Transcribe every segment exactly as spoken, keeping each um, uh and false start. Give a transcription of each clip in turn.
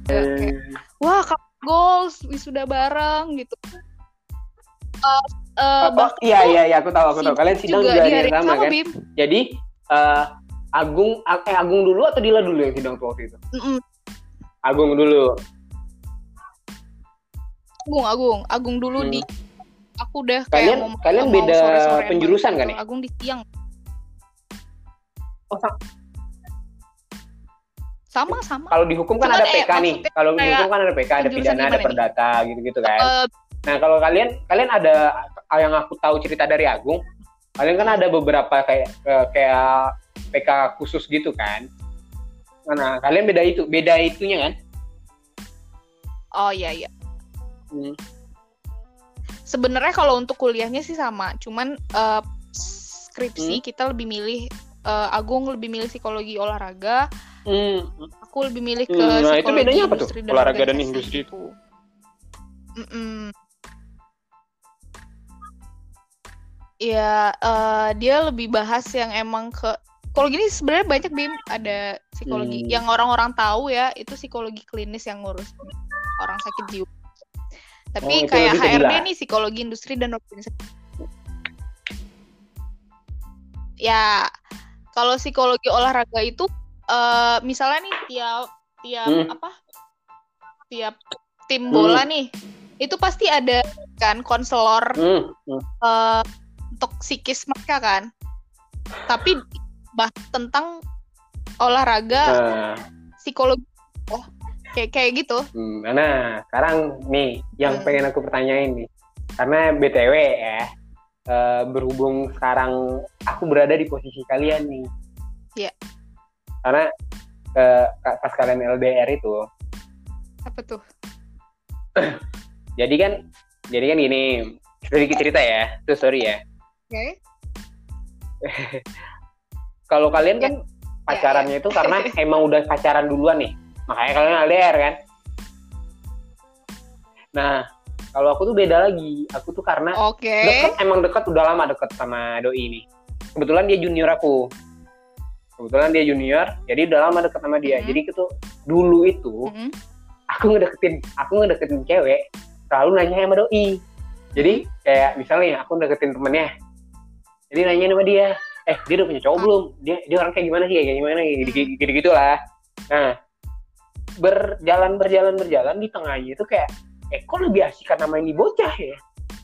kayak wah goals wisuda bareng gitu. Uh, uh, oh, oh iya iya iya aku tahu aku tahu kalian sidang juga, juga di hari sama, sama kan Bim. Jadi uh, Agung eh Agung dulu atau Dila dulu yang sidang tuh waktu itu? Mm-mm. Agung dulu. Agung Agung Agung dulu hmm. di aku udah kayak kalian mau kalian mau beda sore-sore penjurusan gitu. Kan ya? Agung di siang. Oh sama. Sama sama. Kalau di hukum kan Cuman, ada P K eh, nih. Kalau di hukum kan ada P K, ada pidana, ada perdata gitu-gitu kan. Uh, nah kalau kalian kalian ada yang aku tahu cerita dari Agung, kalian kan ada beberapa kayak kayak P K khusus gitu kan. Nah kalian beda itu beda itunya kan? Oh iya iya. Hmm. Sebenarnya kalau untuk kuliahnya sih sama, cuman uh, skripsi hmm. kita lebih milih uh, Agung lebih milih psikologi olahraga, hmm. aku lebih milih ke hmm. nah, psikologi itu industri dan olahraga dan industri itu. Ya uh, dia lebih bahas yang emang ke kalau gini sebenarnya banyak Bim ada psikologi hmm. yang orang-orang tahu ya itu psikologi klinis yang ngurus orang sakit jiwa. Tapi oh, kayak H R D nih psikologi industri dan organisasi. Ya, kalau psikologi olahraga itu uh, misalnya nih tiap tiap hmm. apa? Tiap tim bola hmm. nih. Itu pasti ada kan konselor hmm. Hmm. Uh, untuk psikis mereka kan. Tapi bahas tentang olahraga uh. psikologi oh. kayak kayak gitu. Hmm, nah, sekarang nih yang hmm. pengen aku pertanyain nih, karena B T W ya, uh, berhubung sekarang aku berada di posisi kalian nih. Iya. Yeah. Karena uh, pas kalian L D R itu. Apa tuh? jadi kan, jadi kan gini, sedikit cerita ya, tuh sorry ya. Oke. Okay. Kalau kalian kan yeah. pacarannya yeah, yeah. itu karena emang udah pacaran duluan nih. Makanya kalian L D R kan. Nah, kalau aku tuh beda lagi. Aku tuh karena okay. deket, emang deket udah lama deket sama doi ini. Kebetulan dia junior aku. Kebetulan dia junior, jadi udah lama deket sama dia. Mm-hmm. Jadi itu dulu itu mm-hmm. aku ngedeketin, aku ngedeketin cewek, selalu nanya sama doi. Jadi kayak misalnya aku ngedeketin temennya, jadi nanya sama dia, eh dia udah punya cowok belum? Dia dia orang kayak gimana sih? Kayak gimana? Gitu-gitu lah. Nah. berjalan berjalan berjalan di tengahnya itu kayak eh kok lebih asik karena main di bocah ya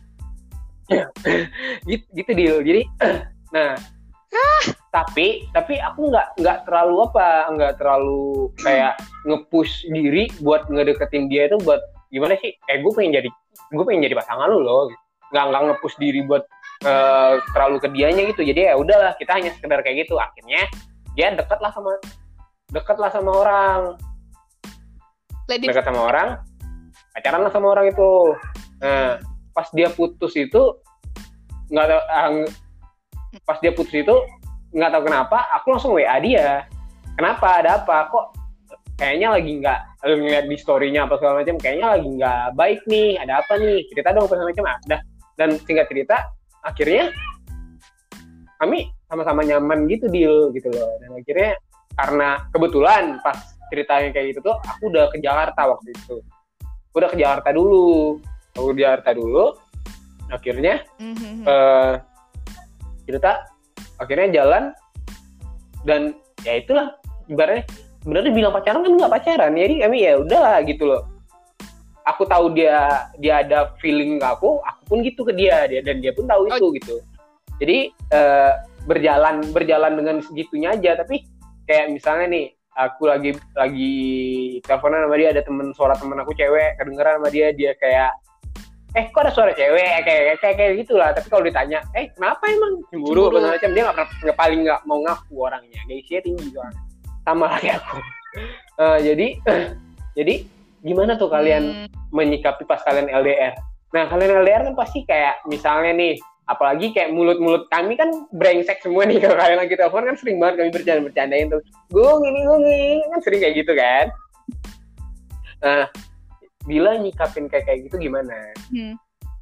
gitu gitu deal jadi nah tapi tapi aku nggak nggak terlalu apa nggak terlalu kayak nge-push diri buat ngedeketin dia itu buat gimana sih eh gue pengen jadi gue pengen jadi pasangan lu loh nggak nggak nge-push diri buat uh, terlalu ke dianya gitu jadi ya udahlah kita hanya sekedar kayak gitu akhirnya dia deket lah sama deket lah sama orang Lady. dekat sama orang, pacaran lah sama orang itu. Nah, pas dia putus itu nggak tahu, uh, pas dia putus itu nggak tahu kenapa, aku langsung W A dia. Kenapa? Ada apa? Kok kayaknya lagi nggak, lalu ngeliat di story-nya apa segala macam, kayaknya lagi nggak baik nih. Ada apa nih? Cerita dong segala macam. Ada. Dan singkat cerita, akhirnya kami sama-sama nyaman gitu deal gitu loh. Dan akhirnya karena kebetulan pas ceritanya kayak gitu tuh aku udah ke Jakarta waktu itu aku udah ke Jakarta dulu aku ke Jakarta dulu akhirnya mm-hmm. uh, cerita akhirnya jalan dan ya itulah ibaratnya sebenarnya bilang pacaran kan nggak pacaran jadi kami ya udahlah gitu loh aku tahu dia dia ada feeling ke aku aku pun gitu ke dia dia dan dia pun tahu itu oh. gitu jadi uh, berjalan berjalan dengan segitunya aja tapi kayak misalnya nih aku lagi lagi teleponan sama dia ada temen suara temen aku cewek kedengeran sama dia dia kayak eh kok ada suara cewek kayak kayak kayak gitulah tapi kalau ditanya eh kenapa emang cemburu apa macam dia nggak pernah nggak paling nggak mau ngaku orangnya gengsinya tinggi soalnya sama kayak aku uh, jadi uh, jadi gimana tuh kalian hmm. menyikapi pas kalian L D R nah kalian L D R kan pasti kayak misalnya nih apalagi kayak mulut-mulut kami kan brengsek semua nih kalau kalian lagi telepon kan sering banget kami bercanda-bercandain tuh gung ini gung ini kan sering kayak gitu kan nah bila nyikapin kayak kayak gitu gimana hmm.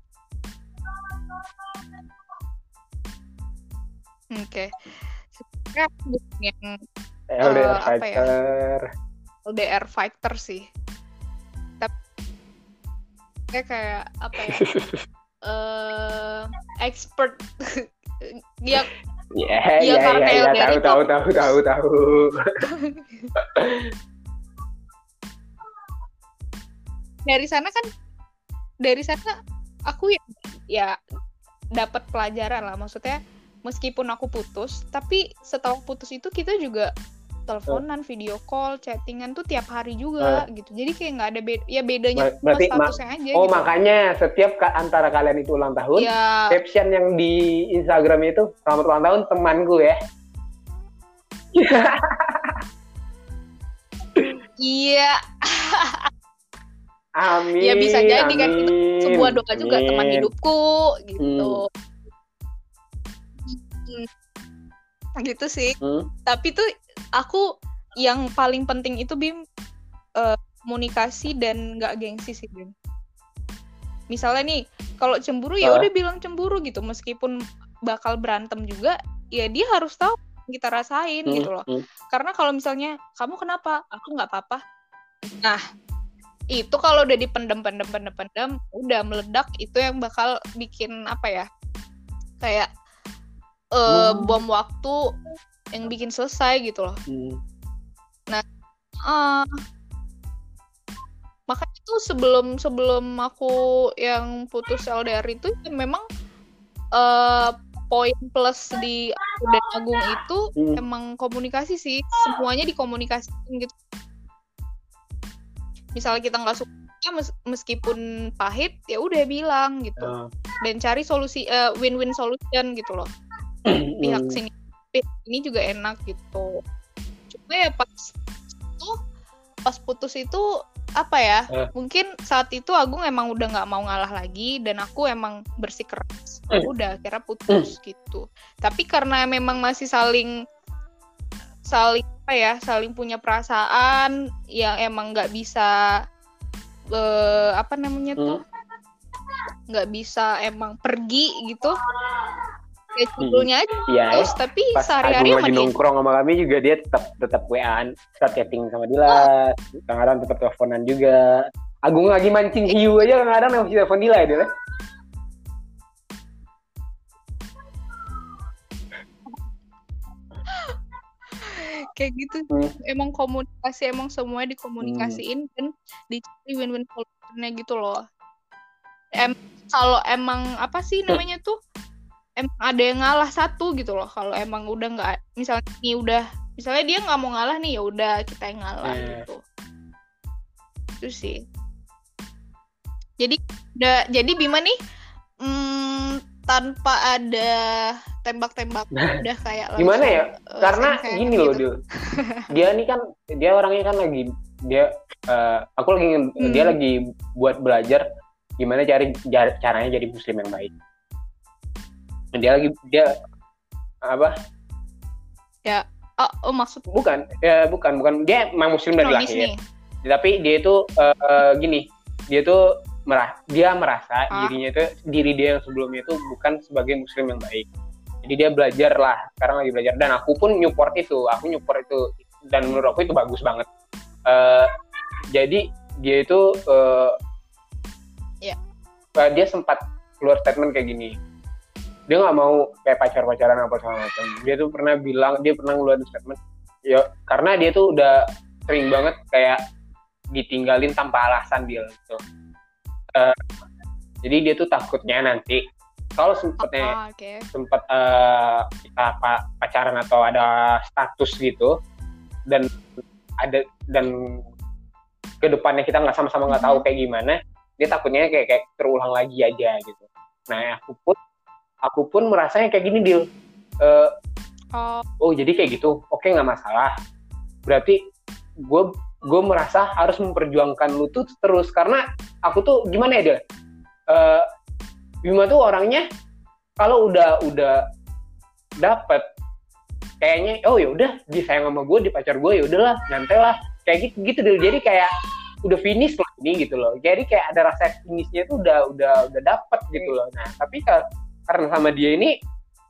Oke okay. Sebenarnya yang L D R uh, fighter ya? L D R fighter sih kayak kayak apa ya? uh, expert dia Ya, ya, ya, karena ya, ya, L D R tahu, itu tahu, tahu, tahu, tahu. dari sana kan dari sana aku ya, ya dapat pelajaran lah, maksudnya meskipun aku putus, tapi setelah putus itu kita juga teleponan, video call, chattingan tuh tiap hari juga uh. gitu. Jadi kayak nggak ada beda, ya bedanya berarti statusnya ma- aja. Oh gitu. Makanya setiap ka- antara kalian itu ulang tahun, ya, caption yang di Instagram itu selamat ulang tahun temanku ya. Iya. Amin. Ya bisa jadi amin, kan itu sebuah doa juga, amin. teman hidupku gitu. Hmm. Hmm. Gitu sih. Hmm. Tapi tuh aku yang paling penting itu Bim uh, komunikasi dan nggak gengsi sih Bim. Misalnya nih kalau cemburu ya udah uh. bilang cemburu gitu, meskipun bakal berantem juga ya dia harus tahu kita rasain hmm. gitu loh. Hmm. Karena kalau misalnya kamu kenapa, aku nggak apa-apa. Nah itu kalau udah dipendem-pendem-pendem-pendem udah meledak, itu yang bakal bikin apa ya, kayak uh, hmm. bom waktu yang bikin selesai gitu loh. Hmm. Nah, uh, makanya tuh sebelum sebelum aku yang putus L D R itu ya memang uh, poin plus di aku dan Agung itu hmm. emang komunikasi sih, semuanya dikomunikasiin gitu. Misalnya kita nggak suka mes- meskipun pahit ya udah bilang gitu, uh. dan cari solusi uh, win-win solution gitu loh. Pihak sini pihak ini juga enak gitu. Cuma ya pas tuh pas putus itu apa ya, uh. mungkin saat itu Agung emang udah nggak mau ngalah lagi dan aku emang bersikeras, uh. udah akhirnya putus uh. gitu. Tapi karena memang masih saling saling apa ya, saling punya perasaan yang emang nggak bisa uh, apa namanya tuh nggak hmm. bisa emang pergi gitu, kayak judulnya aja iya, terus, ya. Tapi pas sehari-hari Agung lagi nongkrong sama kami juga dia tetap tetap W A-an, tetap chatting sama Dila, kadang-kadang tetap teleponan juga. Agung lagi mancing hiu aja kadang-kadang masih telepon Dila ya Dila. Kayak gitu hmm. emang komunikasi, emang semuanya dikomunikasiin hmm. dan dicari win-win solutionnya gitu loh. Em kalau emang apa sih namanya tuh, emang ada yang ngalah satu gitu loh. Kalau emang udah nggak, misalnya ini udah, misalnya dia nggak mau ngalah nih, ya udah kita yang ngalah hmm. gitu. Itu sih. Jadi udah, jadi Bima nih hmm, tanpa ada tembak-tembak udah kayak gimana ya, uh, karena gini loh gitu. Dia nih kan dia orangnya kan lagi dia uh, aku lagi hmm. dia lagi buat belajar gimana cari caranya jadi muslim yang baik. Dia lagi dia apa ya oh, oh maksud bukan ya bukan bukan dia memang muslim dari lahir nih. Tapi dia itu uh, uh, gini dia tuh merah dia merasa ah. dirinya itu diri dia yang sebelumnya itu bukan sebagai muslim yang baik. Jadi dia belajar lah, sekarang lagi belajar, dan aku pun support itu, aku support itu, dan menurut aku itu bagus banget. Uh, jadi dia itu, uh, yeah. uh, dia sempat keluar statement kayak gini, dia nggak mau kayak pacar-pacaran apa segala macam. Dia tuh pernah bilang, dia pernah ngeluarin statement, ya karena dia tuh udah sering banget kayak ditinggalin tanpa alasan dia gitu. Uh, jadi dia tuh takutnya nanti kalau sempatnya oh, okay. sempat uh, kita pacaran atau ada status gitu dan ada dan kedepannya kita nggak sama-sama nggak mm-hmm. tahu kayak gimana, dia takutnya kayak kayak terulang lagi aja gitu. Nah aku pun aku pun merasanya kayak gini Dil, uh, oh. oh jadi kayak gitu, oke nggak masalah. Berarti gue gue merasa harus memperjuangkan lu tuh terus, karena aku tuh gimana ya Dil, uh, Bima tuh orangnya kalau udah udah dapet kayaknya oh ya udah dia sayang sama gue, dia pacar gue, ya udahlah nyantai lah kayak gitu gitu dulu. Jadi kayak udah finish loh ini gitu loh. Jadi kayak ada rasa finishnya tuh udah udah udah dapet gitu loh. Nah tapi karena sama dia ini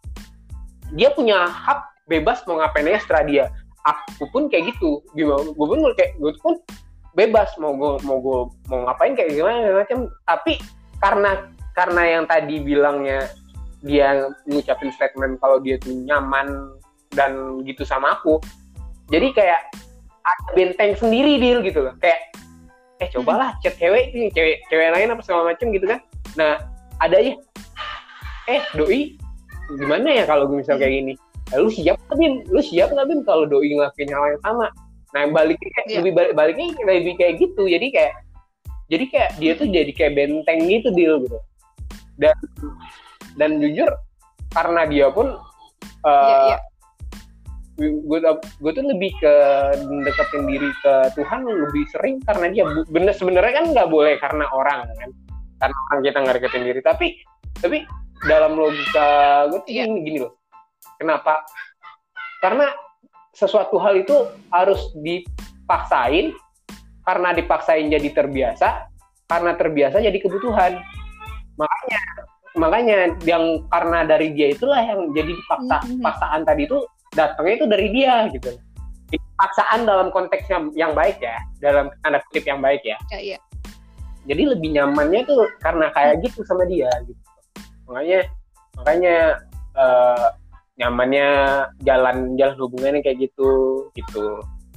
dia punya hak bebas mau ngapain aja setelah dia. Aku pun kayak gitu, gimana? Gue pun kayak gue pun bebas mau gue mau gue mau ngapain kayak gimana macam. Tapi karena karena yang tadi bilangnya dia ngucapin statement kalau dia tuh nyaman dan gitu sama aku, jadi kayak ada benteng sendiri deal gitu loh, kayak eh cobalah chat cewek ini cewek cewek lain apa segala macam gitu kan. Nah ada aja eh doi gimana ya kalau gue misal kayak gini, eh, lu siap nggak Bim lu siap nggak Bim kalau doi ngelakuin hal yang sama. Nah baliknya kayak yeah. lebih balik baliknya lebih kayak gitu, jadi kayak jadi kayak dia tuh jadi kayak benteng gitu deal gitu. Dan dan jujur karena dia pun uh, yeah, yeah. gue gue tuh lebih ke deketin diri ke Tuhan lebih sering karena dia bener sebenarnya kan nggak boleh karena orang kan, karena orang kita nggak deketin diri, tapi tapi dalam logika gue tuh yeah. gini, gini loh, kenapa? Karena sesuatu hal itu harus dipaksain, karena dipaksain jadi terbiasa, karena terbiasa jadi kebutuhan. Makanya makanya yang karena dari dia itulah yang jadi dipaksa mm-hmm. paksaan tadi itu datangnya itu dari dia gitu. Paksaan dalam konteksnya yang baik ya, dalam tanda kutip yang baik ya. Ya, iya. Jadi lebih nyamannya tuh karena kayak gitu sama dia gitu. Makanya makanya uh, nyamannya jalan jalan hubungannya kayak gitu gitu.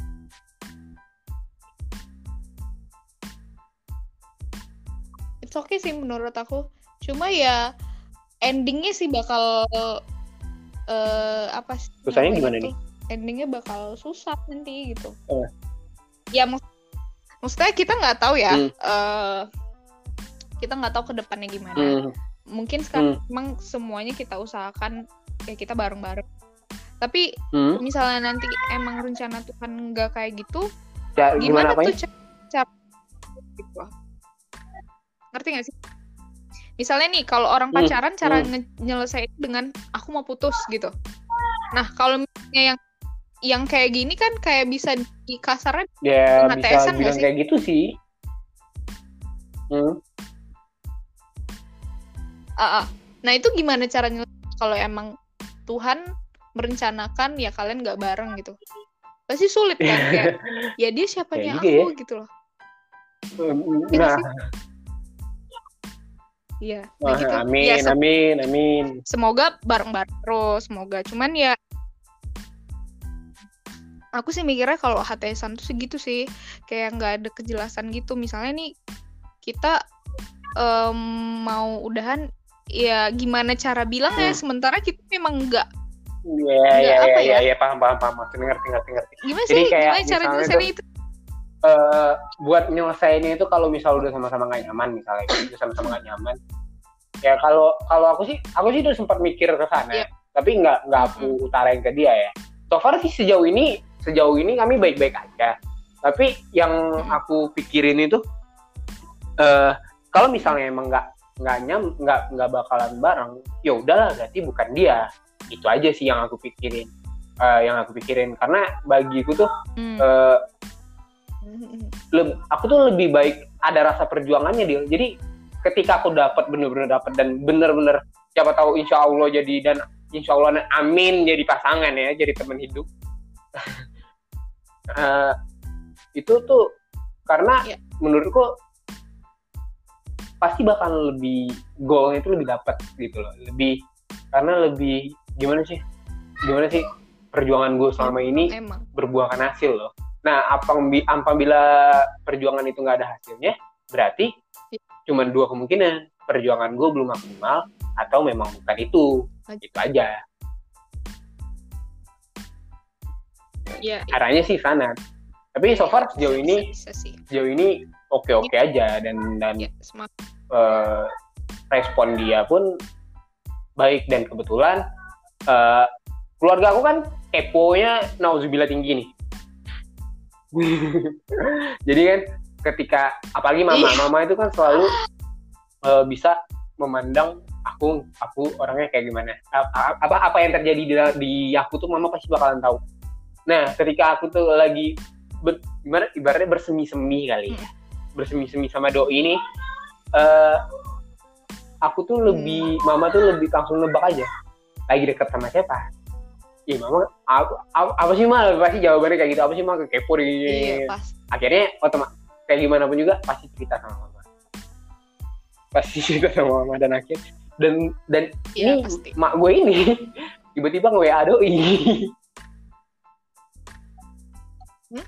It's okay sih menurut aku. Cuma ya endingnya sih bakal uh, apa sih? Susahnya gimana itu? Nih? Endingnya bakal susah nanti gitu. Oh. Ya mak- maksudnya kita nggak tahu ya. Hmm. Uh, kita nggak tahu ke depannya gimana. Hmm. Mungkin sekarang hmm. memang semuanya kita usahakan ya kita bareng-bareng. Tapi hmm. misalnya nanti emang rencana Tuhan nggak kayak gitu, ya, gimana, gimana tuh cara gitu? Ngerti nggak sih? Misalnya nih kalau orang pacaran hmm. cara hmm. nyelesain dengan aku mau putus gitu. Nah kalau misalnya yang yang kayak gini kan kayak bisa di kasarnya ya bisa bilang kayak gitu sih. Hmm. Uh, uh. Nah itu gimana caranya kalau emang Tuhan merencanakan ya kalian nggak bareng gitu, pasti sulit kan kayak ya dia siapanya aku ya? Gitu loh. Nah, iya. Nah, gitu. Amin, ya, se- amin, amin. Semoga bareng-bareng terus, semoga. Cuman ya, aku sih mikirnya kalau H T S-an tuh segitu sih, kayak nggak ada kejelasan gitu. Misalnya nih kita um, mau udahan. Ya gimana cara bilangnya hmm. sementara kita memang enggak Iya iya iya iya ya, paham paham paham maksudnya ngerti ngerti ngerti. Gimana sih gimana cara nyelesainnya itu? Uh, buat nyelesainnya itu kalau misal udah sama-sama nggak nyaman misalnya udah sama-sama nggak nyaman ya kalau kalau aku sih aku sih udah sempat mikir ke sana yeah. tapi nggak nggak aku hmm. utarain ke dia ya. So far sih sejauh ini sejauh ini kami baik-baik aja. Tapi yang hmm. aku pikirin itu uh, kalau misalnya emang nggak nggak nyam nggak nggak bakalan bareng ya udahlah berarti bukan dia. Itu aja sih yang aku pikirin uh, yang aku pikirin karena bagiku tuh hmm. uh, le- aku tuh lebih baik ada rasa perjuangannya dia. Jadi ketika aku dapat bener-bener dapat dan bener-bener siapa tahu insya Allah jadi dan insya Allah amin jadi pasangan ya jadi teman hidup uh, itu tuh karena yeah. menurutku pasti bakal lebih goalnya itu lebih dapat gitu loh, lebih karena lebih gimana sih gimana sih perjuangan gue selama ini Emang. berbuahkan hasil loh. Nah apabila perjuangan itu nggak ada hasilnya berarti ya. Cuma dua kemungkinan, perjuangan gue belum maksimal atau memang bukan itu aja. Itu aja ya, arahnya ya. Sih sana. Tapi so far sejauh ini bisa, bisa sejauh ini oke-oke aja dan dan ya, uh, respon dia pun baik dan kebetulan uh, keluarga aku kan keponya nauzubillah tinggi nih. Jadi kan ketika apalagi mama mama itu kan selalu uh, bisa memandang aku aku orangnya kayak gimana. Apa apa yang terjadi di, di aku tuh mama pasti bakalan tahu. Nah, ketika aku tuh lagi ber, gimana ibaratnya bersemi-semi kali ya. Bersemi-semi sama doi ini uh, aku tuh lebih hmm. mama tuh lebih langsung nebak aja lagi dekat sama siapa. Iya mama apa, apa, apa sih mah pasti jawabannya kayak gitu, apa sih mah kepo di iya, pas. Akhirnya otoma- kayak gimana pun juga pasti cerita sama mama. Pasti cerita sama mama dan akhir dan dan ya, ini pasti. Mak gue ini tiba-tiba nge-W A doi. Hmm?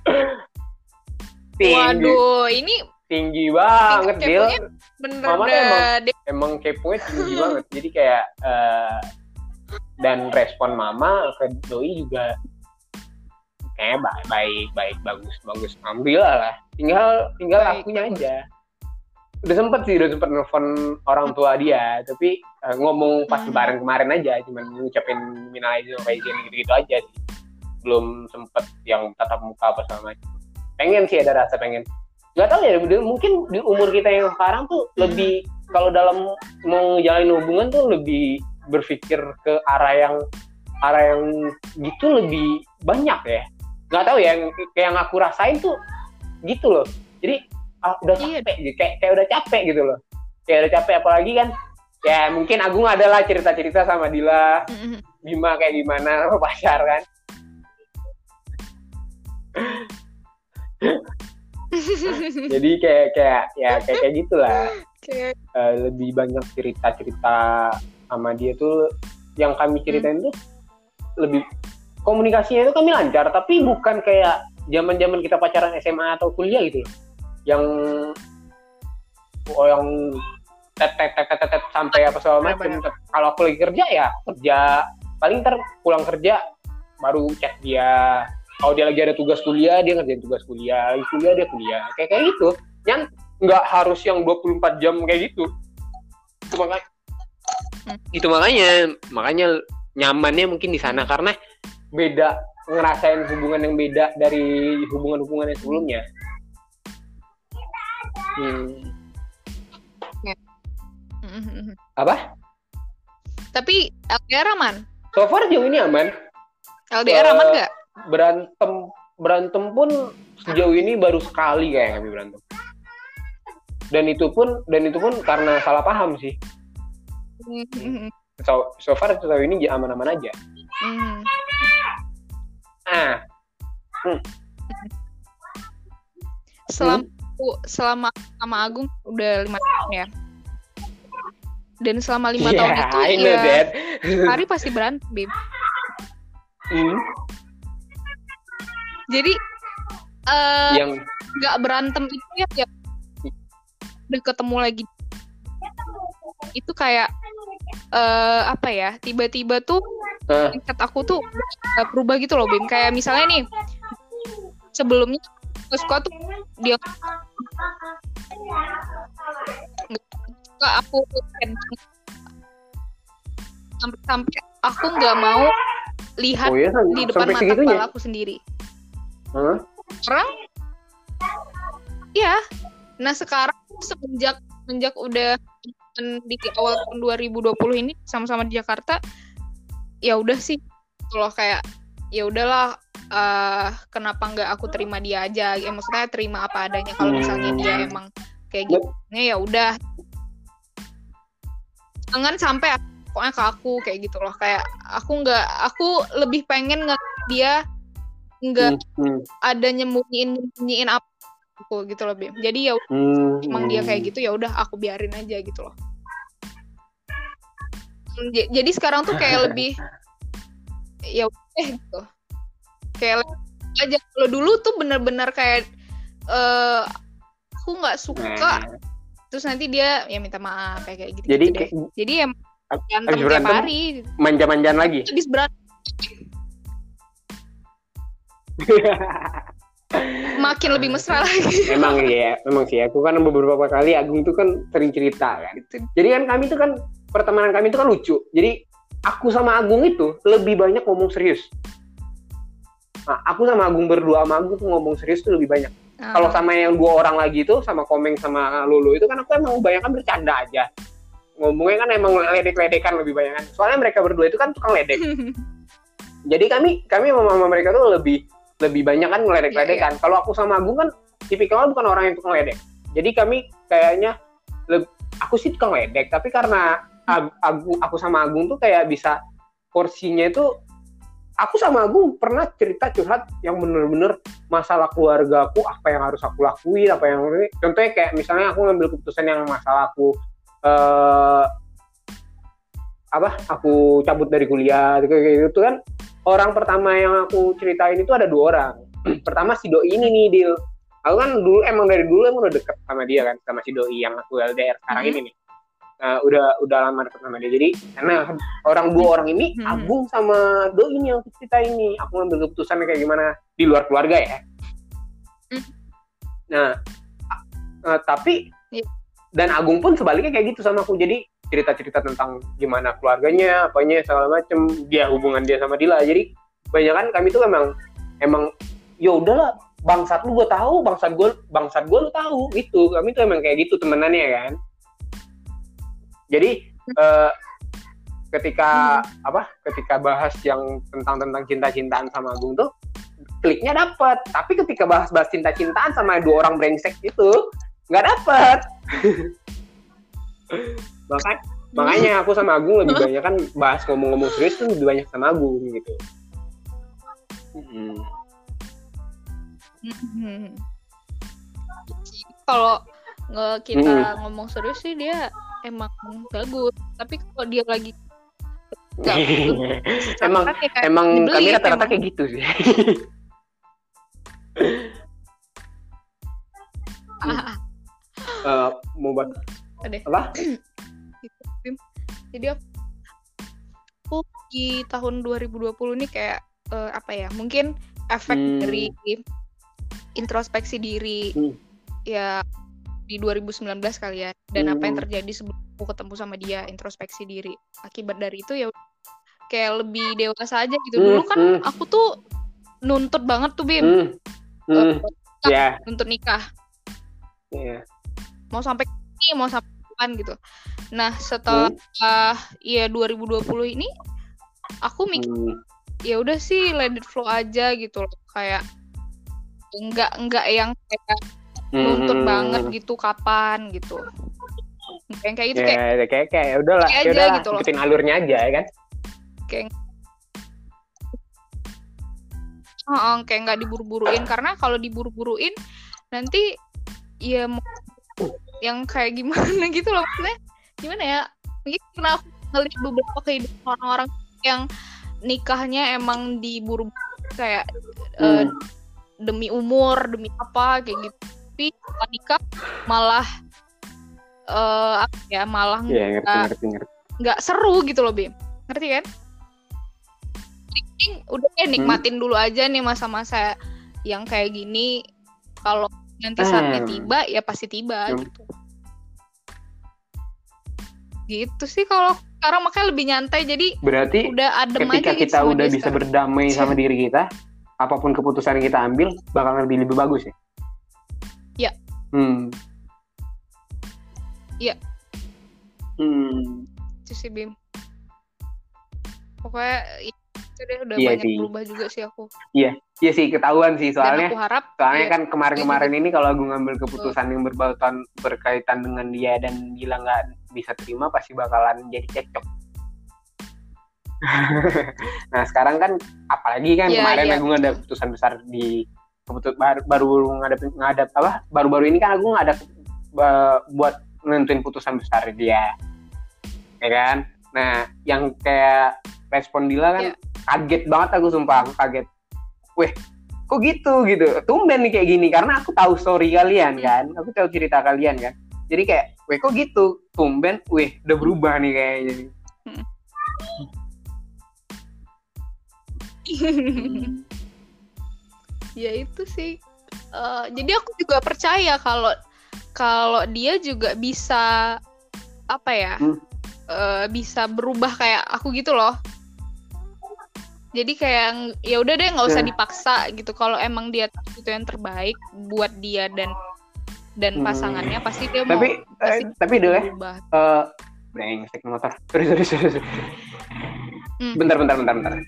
Waduh, ini tinggi banget dia. Mama tuh emang, de- emang keponya tinggi banget. Jadi kayak uh, dan respon mama ke doi juga kayak baik, baik, baik, bagus, bagus. Alhamdulillah lah. Tinggal tinggal baik, akunya bagus. Aja. Udah sempet sih, udah sempet nelfon orang tua dia, tapi uh, ngomong pas lebaran hmm. kemarin aja, cuman ngucapin minal aidin wal faizin gitu-gitu aja sih. Belum sempet yang tatap muka apa sama macam. Pengen sih, ada rasa pengen. Gak tau ya, mungkin di umur kita yang sekarang tuh hmm. lebih, kalau dalam mau jalin hubungan tuh lebih berpikir ke arah yang arah yang gitu lebih banyak ya. Gak tahu ya, yang kayak yang aku rasain tuh gitu loh. Jadi ah, udah capek, iya. kayak kayak udah capek gitu loh. Kayak udah capek, apalagi kan ya mungkin Agung adalah cerita-cerita sama Dila, mm-hmm. Bima kayak gimana sama pacar kan. Jadi kayak kayak ya kayak kayak gitulah. Okay. Uh, lebih banyak cerita-cerita sama dia tuh yang kami ceritain mm. tuh lebih komunikasinya itu kami lancar, tapi bukan kayak zaman-zaman kita pacaran S M A atau kuliah gitu loh. Yang oh yang tet tet tet tet, tet sampai apa segala macam. Kalau aku lagi kerja ya kerja, paling ntar pulang kerja baru chat dia. Kalau dia lagi ada tugas kuliah, dia ngerjain tugas kuliah. Lagi kuliah dia kuliah. Kayak kayak gitu. Yang nggak harus yang dua puluh empat jam kayak gitu. Itu makanya hmm. itu makanya makanya nyamannya mungkin di sana karena beda, ngerasain hubungan yang beda dari hubungan-hubungan yang sebelumnya. Hmm. Ya. Apa? Tapi L D R aman? So far jauh ini aman. L D R uh, aman nggak? Berantem berantem pun sejauh ini baru sekali kayak kami berantem. Dan itu pun dan itu pun karena salah paham sih. Mm-hmm. So, so far sejauh ini aman-aman aja. Mm. Ah. Hmm. Selama hmm? selama sama Agung udah lima tahun ya. Dan selama lima yeah, tahun itu ya hari pasti berantem. Hmm? Jadi uh, yang nggak berantem itu ya, ya udah ketemu lagi itu kayak uh, apa ya, tiba-tiba tuh uh. mindset aku tuh uh, berubah gitu loh Bim. Kayak misalnya nih sebelumnya suka tuh dia nggak aku sampai-sampai aku nggak mau lihat oh, iya, di depan mata kepala aku sendiri. Huh? Sekarang ya, nah sekarang semenjak semenjak udah di awal tahun dua ribu dua puluh ini sama-sama di Jakarta, ya udah sih kalau kayak ya udahlah, uh, kenapa nggak aku terima dia aja, ya maksudnya terima apa adanya. Kalau misalnya dia emang kayak gitu ya udah, jangan sampai pokoknya ke aku kayak gitu loh. Kayak aku nggak, aku lebih pengen ngeliat dia nggak hmm, hmm. ada nyembunyiin nyembunyiin apa aku gitu loh Bim. Jadi ya hmm, emang hmm. dia kayak gitu, ya udah aku biarin aja gitu loh. J- jadi sekarang tuh kayak lebih ya eh gitu, kayak aja. Kalau dulu tuh benar-benar kayak uh, aku nggak suka, hmm. terus nanti dia ya minta maaf kayak kayak gitu. Jadi gitu deh. Jadi ya berantem tiap hari, manja-manjaan lagi. Habis berantem makin lebih mesra lagi. Emang ya, memang sih. Aku kan beberapa kali Agung tuh kan sering cerita kan. Jadi kan kami tuh kan pertemanan kami tuh kan lucu. Jadi aku sama Agung itu lebih banyak ngomong serius. Nah, aku sama Agung berdua sama Agung tuh ngomong serius tuh lebih banyak. Uh. Kalau sama yang dua orang lagi tuh sama Komeng sama Lulu itu kan aku emang banyak kan bercanda aja. Ngomongnya kan emang ledek-ledekan lebih banyak kan. Soalnya mereka berdua itu kan tukang ledek. Jadi kami kami sama mereka tuh lebih lebih banyak kan ngeledek-ledekan. Yeah, yeah. Kalau aku sama Agung kan tipikalnya bukan orang yang tukang ledek. Jadi kami kayaknya le- aku sih tukang ledek, tapi karena Ag- Agung aku sama Agung tuh kayak bisa porsinya itu aku sama Agung pernah cerita curhat yang bener-bener masalah keluargaku, apa yang harus aku lakuin, apa yang contohnya kayak misalnya aku ngambil keputusan yang masalah aku uh, apa aku cabut dari kuliah kayak gitu kan. Orang pertama yang aku ceritain itu ada dua orang. Pertama si Doi ini nih, Dil. Aku kan dulu emang dari dulu emang udah deket sama dia kan, sama si Doi yang aku L D R sekarang mm-hmm. ini nih. Uh, udah udah lama deket sama dia. Jadi karena orang dua orang ini, hmm. Agung sama Doi ini yang cerita ini, aku ngambil keputusan kayak gimana di luar keluarga ya. Hmm. Nah, uh, tapi yeah. dan Agung pun sebaliknya kayak gitu sama aku. Jadi cerita-cerita tentang gimana keluarganya, apanya segala macem, dia hubungan dia sama Dila. Jadi banyak kan kami tuh emang emang ya udahlah, bangsat lu gue tahu, bangsat gue bangsat gue lu tahu gitu. Kami tuh emang kayak gitu temenannya kan. Jadi uh, ketika hmm. apa? Ketika bahas yang tentang tentang cinta-cintaan sama Agung tuh kliknya dapat. Tapi ketika bahas-bahas cinta-cintaan sama dua orang brengsek itu nggak dapat. Makanya makanya aku sama Agung lebih banyak kan bahas ngomong-ngomong serius tuh lebih banyak sama Agung gitu. Hmm. Hmm. Kalau nge- kita hmm. ngomong serius sih dia emang bagus, tapi kalau dia lagi nggak emang ya emang kami rata-rata kayak gitu sih. ah. uh, mau buat apa? Jadi aku di tahun dua ribu dua puluh ini kayak uh, apa ya? Mungkin efek hmm. dari introspeksi diri hmm. ya. Di dua ribu sembilan belas kali ya, dan hmm. apa yang terjadi sebelum aku ketemu sama dia, introspeksi diri. Akibat dari itu ya kayak lebih dewasa aja gitu. Dulu kan hmm. aku tuh nuntut banget tuh Bim, hmm. Hmm. Uh, yeah. nuntut nikah, yeah. mau sampai ini, mau sampai kapan gitu. Nah setelah hmm. uh, ya dua ribu dua puluh ini, aku mikir hmm. ya udah sih let it flow aja gitu loh, kayak enggak enggak yang kayak nuntut hmm. banget gitu kapan gitu, kayak kayak gitu ya, kayak kayak kayak udahlah, kayak aja gitu loh, ikutin alurnya aja ya kan, kayak oh, kayak nggak diburu-buruin, karena kalau diburu-buruin nanti ya yang kayak gimana gitu loh, maksudnya gimana ya, mungkin karena aku ngeliat beberapa kehidupan orang-orang yang nikahnya emang diburu kayak hmm. uh, demi umur, demi apa kayak gitu. Tapi setelah nikah malah uh, apa ya malah yeah, nggak nggak seru gitu loh Bim, ngerti kan? Jadi udah kayak nikmatin hmm. dulu aja nih masa-masa yang kayak gini, kalau nanti saatnya hmm. tiba ya pasti tiba hmm. gitu. Gitu sih kalau sekarang, makanya lebih nyantai, jadi berarti udah adem ketika aja kita gitu udah bisa sekarang berdamai sama diri kita, apapun keputusan yang kita ambil bakal lebih lebih bagus ya. Ya. Hmm. Iya. Hmm. Itu sih Bim. Pokoknya itu deh, udah iya banyak sih. berubah juga sih aku. Iya, iya sih ketahuan sih soalnya. Dan aku harap soalnya ya, kan kemarin-kemarin ini kalau aku ngambil keputusan uh. yang berbautan berkaitan dengan dia dan dia nggak bisa terima, pasti bakalan jadi cekcok. Nah sekarang kan apalagi kan yeah, kemarin yeah. aku ngadap keputusan besar di keputusan baru, baru ngadap ngadap apa baru-baru ini kan aku ngadap uh, buat nentuin putusan besar dia, ya kan. Nah yang kayak respon Dila kan yeah. kaget banget, aku sumpah aku kaget. Weh kok gitu gitu, tumben nih kayak gini, karena aku tahu story kalian kan, aku tahu cerita kalian kan, jadi kayak weh kok gitu, tumben, weh udah berubah nih kayaknya. Hmm. Ya itu sih, uh, jadi aku juga percaya kalau kalau dia juga bisa apa ya, hmm. uh, bisa berubah kayak aku gitu loh. Jadi kayak ya udah deh nggak usah dipaksa gitu. Kalau emang dia itu yang terbaik buat dia dan dan pasangannya, hmm. pasti dia tapi, mau. Pasti eh, tapi dulu ya. Uh, brengsek motor. Sorry sorry sorry. sorry. Hmm. Bentar bentar bentar bentar.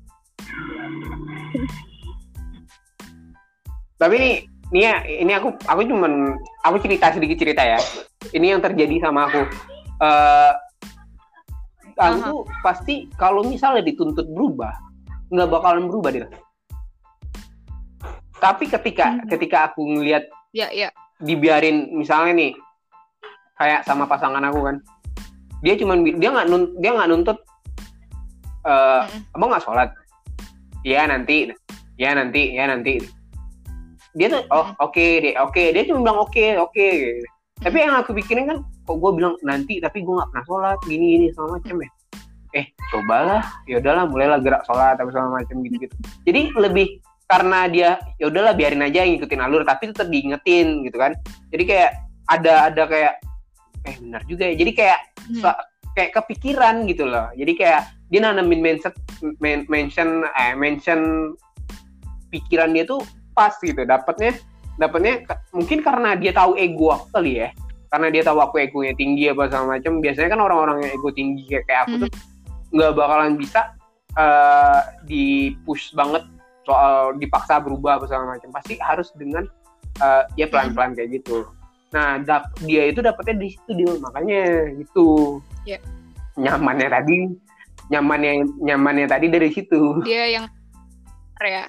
Tapi ini, ini ya, ini aku aku cuman aku cerita sedikit cerita ya. Ini yang terjadi sama aku. Uh, aku uh-huh. pasti kalau misalnya dituntut berubah, nggak bakalan berubah dia. Tapi ketika hmm. ketika aku ngelihat ya ya dibiarin misalnya nih kayak sama pasangan aku kan, dia cuman dia nggak nun, dia nggak nuntut uh, hmm. abang nggak sholat, ya nanti, ya nanti, ya nanti. Dia tuh oh oke okay, deh oke okay. Dia cuma bilang oke okay, oke okay. Gitu. Tapi yang aku pikirin kan kok gue bilang nanti tapi gue nggak pernah sholat gini gini segala macam ya. Eh cobalah, ya udahlah mulailah gerak sholat atau segala macam gitu gitu. Jadi lebih karena dia ya udahlah biarin aja ngikutin alur tapi tetap diingetin gitu kan. Jadi kayak ada ada kayak eh benar juga ya. Jadi kayak hmm. so, kayak kepikiran gitu loh. Jadi kayak dia nanamin mention mention eh mention pikiran dia tuh pas gitu. Dapatnya dapatnya mungkin karena dia tahu ego aku kali ya. Karena dia tahu aku egonya tinggi apa segala macam. Biasanya kan orang-orang yang ego tinggi kayak, kayak aku hmm. tuh nggak bakalan bisa uh, di-push banget soal dipaksa berubah apa segala macam. Pasti harus dengan uh, ya pelan-pelan kayak gitu. Nah, dap- dia itu dapetnya di situ dia, makanya gitu. Yeah. Nyamannya tadi, nyamannya nyamannya tadi dari situ. Dia yang ya.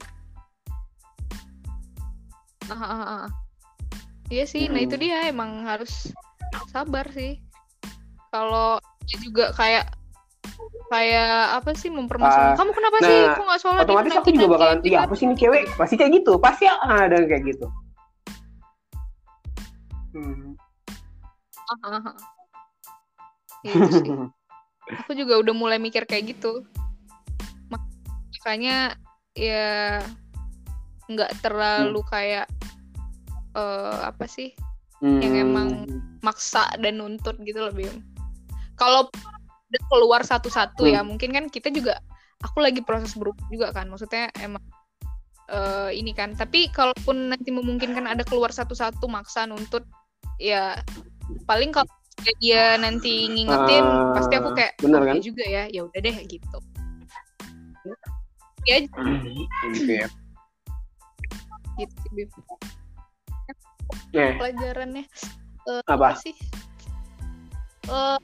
Uh, uh, uh. Iya sih, hmm. nah itu dia emang harus sabar sih. Kalau dia juga kayak kayak apa sih mempermasalahkan uh, kamu kenapa nah, sih kok nggak sholat otomatis aku juga bakalan iya apa sih ini cewek pasti kayak gitu pasti ada kayak gitu hmm. uh, uh, itu sih aku juga udah mulai mikir kayak gitu makanya ya nggak terlalu hmm. kayak uh, apa sih hmm. yang emang maksa dan nuntut gitu lebih kalau udah keluar satu-satu hmm. ya mungkin kan kita juga aku lagi proses berubah juga kan maksudnya emang uh, ini kan tapi kalaupun nanti memungkinkan ada keluar satu-satu maksa nuntut ya paling kalau dia nanti ngingetin uh, pasti aku kayak bener kan juga ya ya udah deh gitu ya okay. gitu yeah. pelajarannya uh, apa? apa sih uh,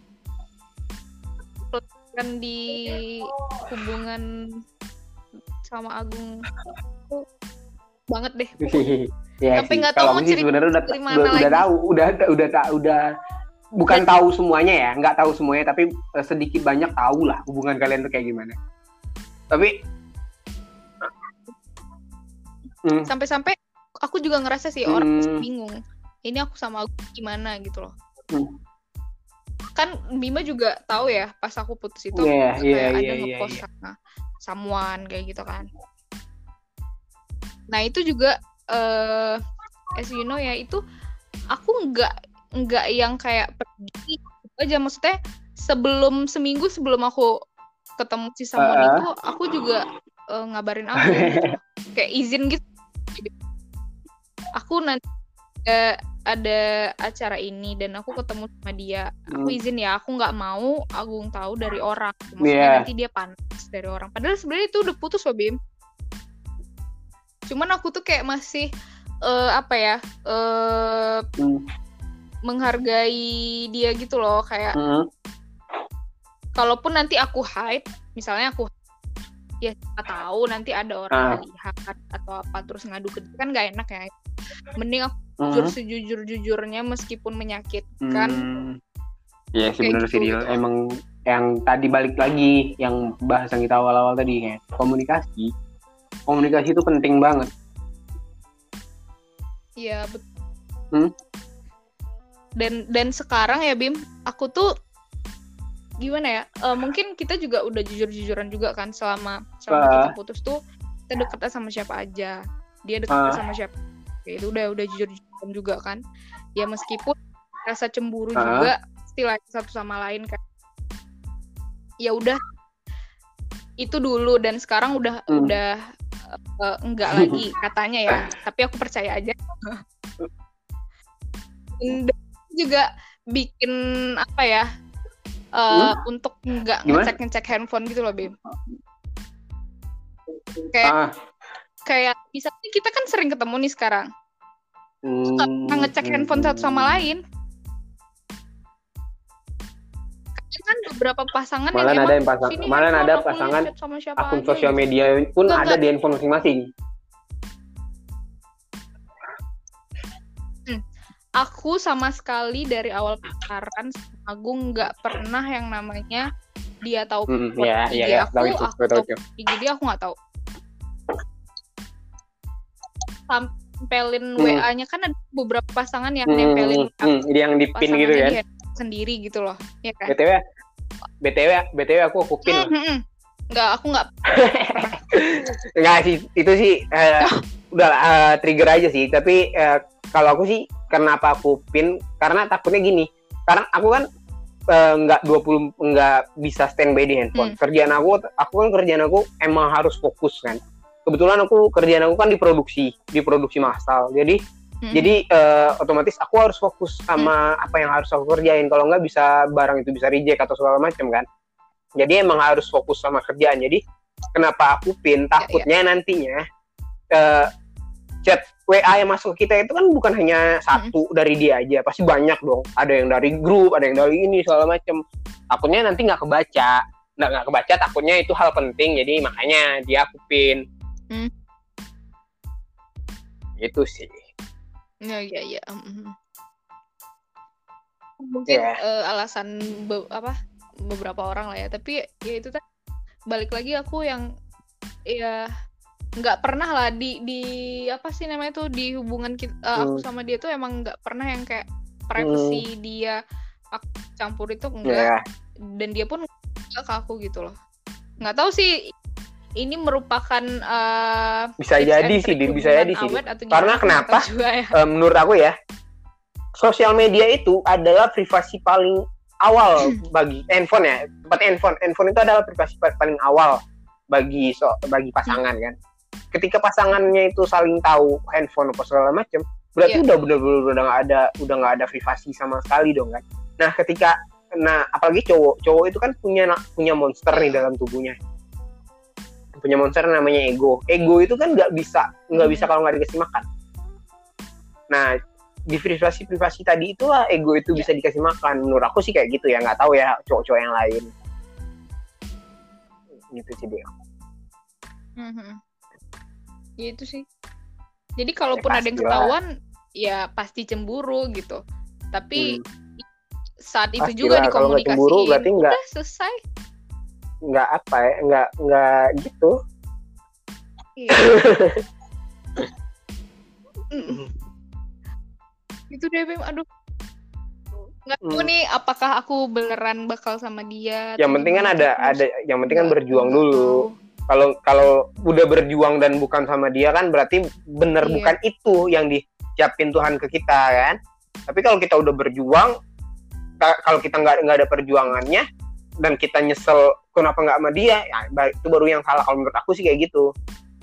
kan di hubungan sama Agung tuh banget deh. Ya, sampai nggak tahu sih sebenarnya udah udah, udah tahu, udah udah udah udah bukan Dan, tahu semuanya ya, nggak tahu semuanya tapi sedikit banyak tahu lah hubungan kalian tuh kayak gimana. Tapi hmm. sampai-sampai aku juga ngerasa sih hmm. orang bingung. Ini aku sama Agung gimana gitu loh. Hmm. Kan Bima juga tahu ya pas aku putus itu yeah, kayak yeah, ada yeah, ngepost yeah, sama someone kayak gitu kan. Nah itu juga uh, as you know ya itu aku nggak nggak yang kayak pergi aja maksudnya sebelum seminggu sebelum aku ketemu si someone uh-uh. itu aku juga uh, ngabarin aku gitu. Kayak izin gitu. Aku nanti uh, ada acara ini dan aku ketemu sama dia aku hmm. izin ya aku nggak mau Agung tahu dari orang maksudnya yeah. nanti dia panas dari orang padahal sebenarnya itu udah putus loh Bim cuman aku tuh kayak masih uh, apa ya uh, hmm. menghargai dia gitu loh kayak hmm. kalaupun nanti aku hide misalnya aku ya kita tahu nanti ada orang uh. lihat atau apa terus ngadu ke dia kan nggak enak ya mending aku jujur uh-huh. sejujur-jujurnya meskipun menyakitkan. Hmm. Ya sebenarnya gitu, sih dia gitu. Emang yang tadi balik lagi yang bahasan kita awal-awal tadi kayak komunikasi. Komunikasi itu penting banget. Iya betul. Hmm? Dan dan sekarang ya Bim, aku tuh gimana ya? Uh, mungkin kita juga udah jujur-jujuran juga kan selama selama uh. kita putus tuh kita deketnya sama siapa aja. Dia deketnya uh. sama siapa. Oke, itu udah udah jujur-jujuran juga kan ya meskipun rasa cemburu uh-huh. juga still satu sama lain kan ya udah itu dulu dan sekarang udah hmm. udah uh, enggak lagi katanya ya tapi aku percaya aja dan juga bikin apa ya uh, hmm? untuk enggak ngecek-ngecek handphone gitu loh Bim kayak uh. kayak misalnya kita kan sering ketemu nih sekarang hmm. ngecek handphone satu sama lain kan beberapa pasangan malah yang ada yang emang pasang, sini malah handphone, ada aku pasangan lihat sama siapa akun aja sosial gitu. media pun Enggak, ada enggak. di handphone masing-masing. Hmm. Aku sama sekali dari awal pacaran sama Agung nggak pernah yang namanya dia tahu Hmm, password ya, I G ya, ya, aku, tahu itu, aku tahu tahu itu. I G dia, aku nggak tahu. Nempelin Hmm. W A-nya kan ada beberapa pasangan yang Hmm, nempelin hmm, yang di pin gitu pasangannya kan. di handphone sendiri gitu loh, ya kan? B T W, B T W, B T W aku aku pin Hmm, loh. hmm, hmm. Nggak, aku nggak. Nggak sih, itu sih eh, udah eh, trigger aja sih. Tapi eh, kalau aku sih kenapa aku pin? Karena takutnya gini. Karena aku kan eh, nggak dua puluh nggak bisa standby di handphone. Hmm. Kerjaan aku, aku kan kerjaan aku emang harus fokus kan. Kebetulan aku kerjaan aku kan di produksi, di produksi massal. Jadi Hmm. jadi uh, otomatis aku harus fokus sama hmm. apa yang harus aku kerjain. Kalau nggak bisa barang itu bisa reject atau segala macam kan. Jadi emang harus fokus sama kerjaan. Jadi kenapa aku pin? Takutnya ya, ya. nantinya uh, chat W A yang masuk kita itu kan bukan hanya satu hmm. dari dia aja, pasti banyak dong. Ada yang dari grup, ada yang dari ini segala macam. Takutnya nanti nggak kebaca, nggak nggak kebaca. Takutnya itu hal penting. Jadi makanya dia aku pin. Hmm. Itu sih. Ya ya ya. Mungkin yeah. uh, alasan be- apa beberapa orang lah ya. Tapi ya itu kan balik lagi aku yang ya nggak pernah lah di di apa sih namanya tuh di hubungan kita, uh, aku sama dia tuh emang nggak pernah yang kayak privacy hmm. dia aku campur itu enggak. Yeah. Dan dia pun nggak ke aku gitu loh. Nggak tahu sih. Ini merupakan uh, bisa jadi sih, bisa jadi sih. Karena kenapa? Ya. Uh, menurut aku ya, sosial media itu adalah privasi paling awal bagi handphone ya. Tempat handphone, handphone itu adalah privasi paling awal bagi so, bagi pasangan kan. Ketika pasangannya itu saling tahu handphone apa segala macam, berarti yeah. udah benar-benar udah nggak ada, udah nggak ada privasi sama sekali dong kan. Nah ketika, nah apalagi cowok, cowok itu kan punya punya monster nih dalam tubuhnya. Punya monster namanya ego. Ego itu kan nggak bisa nggak bisa kalau nggak dikasih makan. Nah di privasi privasi tadi itulah ego itu bisa dikasih makan. Menurut aku sih kayak gitu ya, nggak tahu ya cowok-cowok yang lain. Gitu sih dia. Mm-hmm. Ya itu sih. Jadi kalaupun ya, ada yang ketahuan ya pasti cemburu gitu. Tapi hmm. saat itu pastilah, juga dikomunikasiin. Kalau cemburu berarti nggak selesai. Nggak apa ya, nggak nggak gitu. Iya. Itu deh Bim, aduh. Nggak tahu hmm. nih apakah aku beneran bakal sama dia. Yang penting kan ada terus. ada, yang penting kan berjuang dulu. Kalau kalau udah berjuang dan bukan sama dia kan berarti bener iya. bukan itu yang disiapin Tuhan ke kita kan. Tapi kalau kita udah berjuang, kalau kita nggak nggak ada perjuangannya dan kita nyesel kenapa nggak sama dia, ya itu baru yang salah. Kalau menurut aku sih kayak gitu.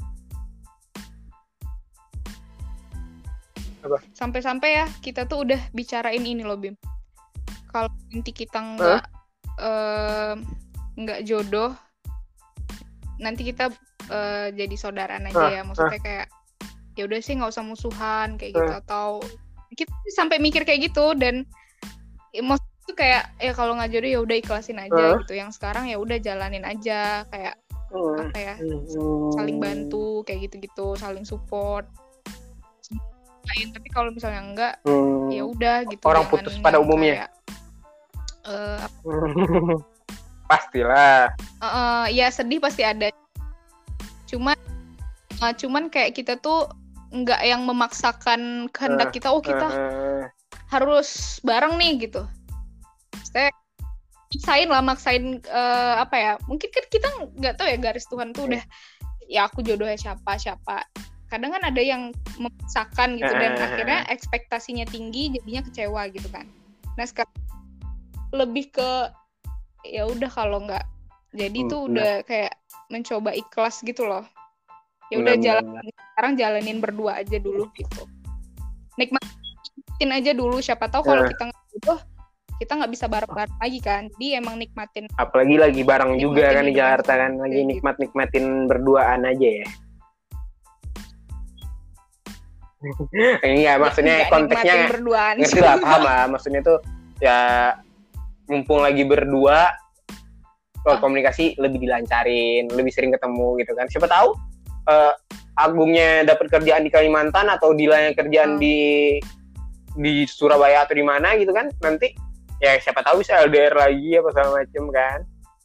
Apa? Sampai-sampai ya kita tuh udah bicarain ini loh Bim. Kalau nanti kita nggak huh? nggak uh, jodoh, nanti kita uh, jadi saudaraan aja huh? ya. Maksudnya huh? kayak ya udah sih nggak usah musuhan kayak huh? gitu. Atau kita sampai mikir kayak gitu dan ya, itu kayak ya kalau nggak jodoh ya udah ikhlasin aja uh. gitu. Yang sekarang ya udah jalanin aja kayak uh. apa ya uh. saling bantu kayak gitu-gitu, saling support. Tapi kalau misalnya enggak uh. ya udah gitu. Orang putus pada umumnya. Kayak, uh, pastilah. Uh, uh, ya sedih pasti ada. Cuman uh, cuman kayak kita tuh nggak yang memaksakan kehendak uh. kita. Oh kita uh. harus bareng nih gitu. Saya maksain lah, maksain uh, apa ya? Mungkin kan kita nggak tahu ya garis Tuhan tuh udah ya aku jodohnya siapa siapa. Kadang kan ada yang memaksakan gitu dan akhirnya ekspektasinya tinggi jadinya kecewa gitu kan. Nah sekarang lebih ke ya udah kalau nggak jadi hmm, tuh bener. Udah kayak mencoba ikhlas gitu loh. Ya udah jalan sekarang jalanin berdua aja dulu gitu. Nikmatin aja dulu, siapa tahu kalau kita nggak jodoh kita nggak bisa bareng-bareng lagi kan. Jadi emang nikmatin. Apalagi lagi bareng juga kan di Jakarta kan, lagi gitu. nikmat-nikmatin berduaan aja ya. Enggak, maksudnya Nggak konteksnya ngerti lah, paham lah. Maksudnya tuh ya mumpung lagi berdua, kalau komunikasi lebih dilancarin, lebih sering ketemu gitu kan. Siapa tahu uh, Agungnya dapat kerjaan di Kalimantan atau di lain kerjaan hmm. di di Surabaya atau di mana gitu kan. Nanti ya siapa tahu bisa L D R lagi apa segala macem kan.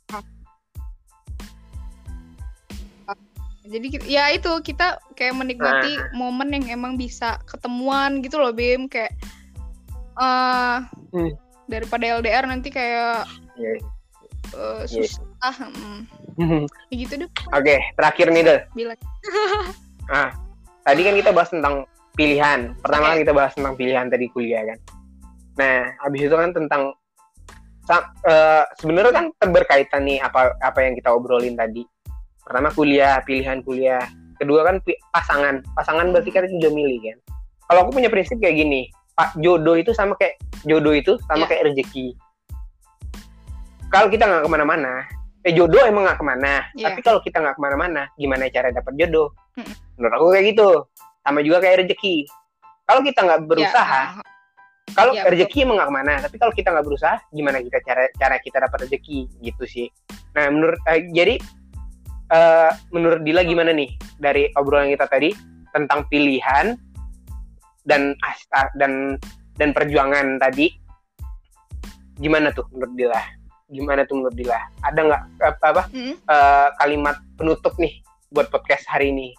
Jadi ya itu kita kayak menikmati nah. momen yang emang bisa ketemuan gitu loh Bim, kayak uh, hmm. daripada L D R nanti kayak yeah. uh, susah. Yeah. Hmm. Ya gitu deh. Oke, okay, terakhir nih Del. Bilang. Ah, tadi kan kita bahas tentang pilihan. Pertama okay. kita bahas tentang pilihan tadi kuliah kan. Nah, habis itu kan tentang uh, sebenarnya kan berkaitan nih apa apa yang kita obrolin tadi. Pertama kuliah, pilihan kuliah. Kedua kan pasangan. Pasangan berarti kan itu udah milih kan. Kalau aku punya prinsip kayak gini, Pak, jodoh itu sama kayak jodoh itu sama yeah. kayak rezeki. Kalau kita nggak kemana-mana, eh jodoh emang nggak kemana. Yeah. Tapi kalau kita nggak kemana-mana, gimana cara dapat jodoh? Hmm. Menurut aku kayak gitu. Sama juga kayak rezeki. Kalau kita nggak berusaha, yeah. kalau yeah, rezeki betul. Emang nggak kemana. Tapi kalau kita nggak berusaha, gimana kita cara cara kita dapat rezeki? Gitu sih. Nah menurut eh, jadi Uh, menurut Dila gimana nih dari obrolan kita tadi tentang pilihan dan dan dan perjuangan tadi, gimana tuh menurut Dila? Gimana tuh menurut Dila? Ada nggak apa apa hmm? uh, kalimat penutup nih buat podcast hari ini?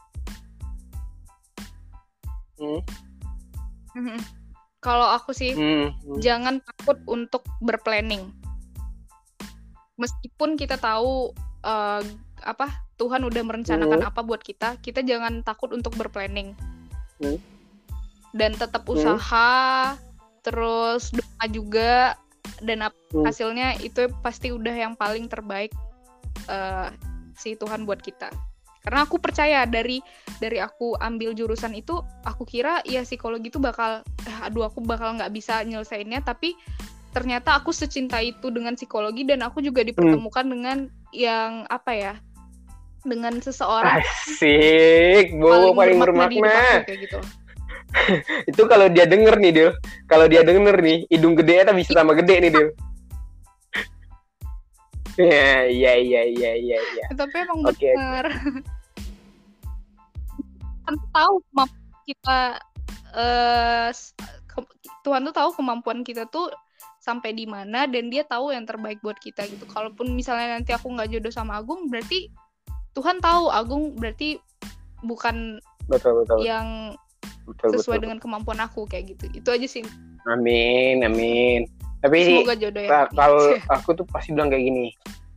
Hmm? Hmm. Kalau aku sih hmm. Hmm. jangan takut untuk berplanning, meskipun kita tahu uh, apa Tuhan udah merencanakan hmm. apa buat kita, kita jangan takut untuk berplanning hmm. dan tetap usaha, hmm. terus doa juga, dan hmm. hasilnya itu pasti udah yang paling terbaik uh, si Tuhan buat kita. Karena aku percaya dari dari aku ambil jurusan itu, aku kira ya psikologi itu bakal, eh, aduh aku bakal nggak bisa nyelesainnya, tapi ternyata aku secinta itu dengan psikologi, dan aku juga dipertemukan hmm. dengan yang apa ya, dengan seseorang asik, bu, paling, paling bermakna kayak gitu. Itu kalau dia denger nih Dil, kalau dia denger nih hidung gede atau bisa tambah gede nih Dil. Ya, iya iya iya iya iya. Tapi emang okay. benar. Tuhan tahu kemampuan kita, uh, Tuhan tuh tahu kemampuan kita tuh sampai di mana, dan dia tahu yang terbaik buat kita gitu. Kalaupun misalnya nanti aku nggak jodoh sama Agung, berarti Tuhan tahu Agung berarti bukan betul, betul. yang betul, sesuai betul. dengan kemampuan aku kayak gitu. Itu aja sih. Amin, amin. Tapi semoga jodoh ya. Kalau aku tuh pasti bilang kayak gini.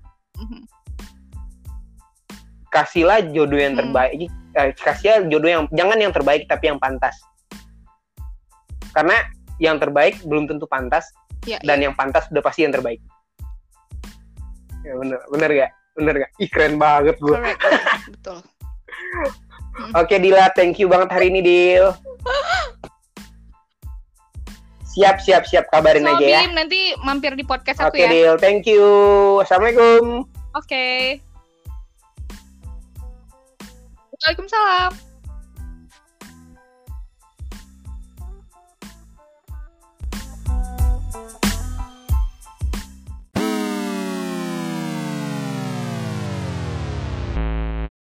Kasihlah jodoh yang terbaik. Hmm. Kasihlah jodoh yang, jangan yang terbaik tapi yang pantas. Karena yang terbaik belum tentu pantas, ya, dan ya. yang pantas udah pasti yang terbaik. Ya bener, bener gak? Bener gak? Ih keren banget gue. Correct, betul. Hmm. Oke Dila, thank you banget hari ini Dil. Siap, siap, siap. Kabarin so, aja ya. Bim, nanti mampir di podcast aku okay, ya. Oke Dil, thank you. Assalamualaikum. Oke. Okay. Waalaikumsalam.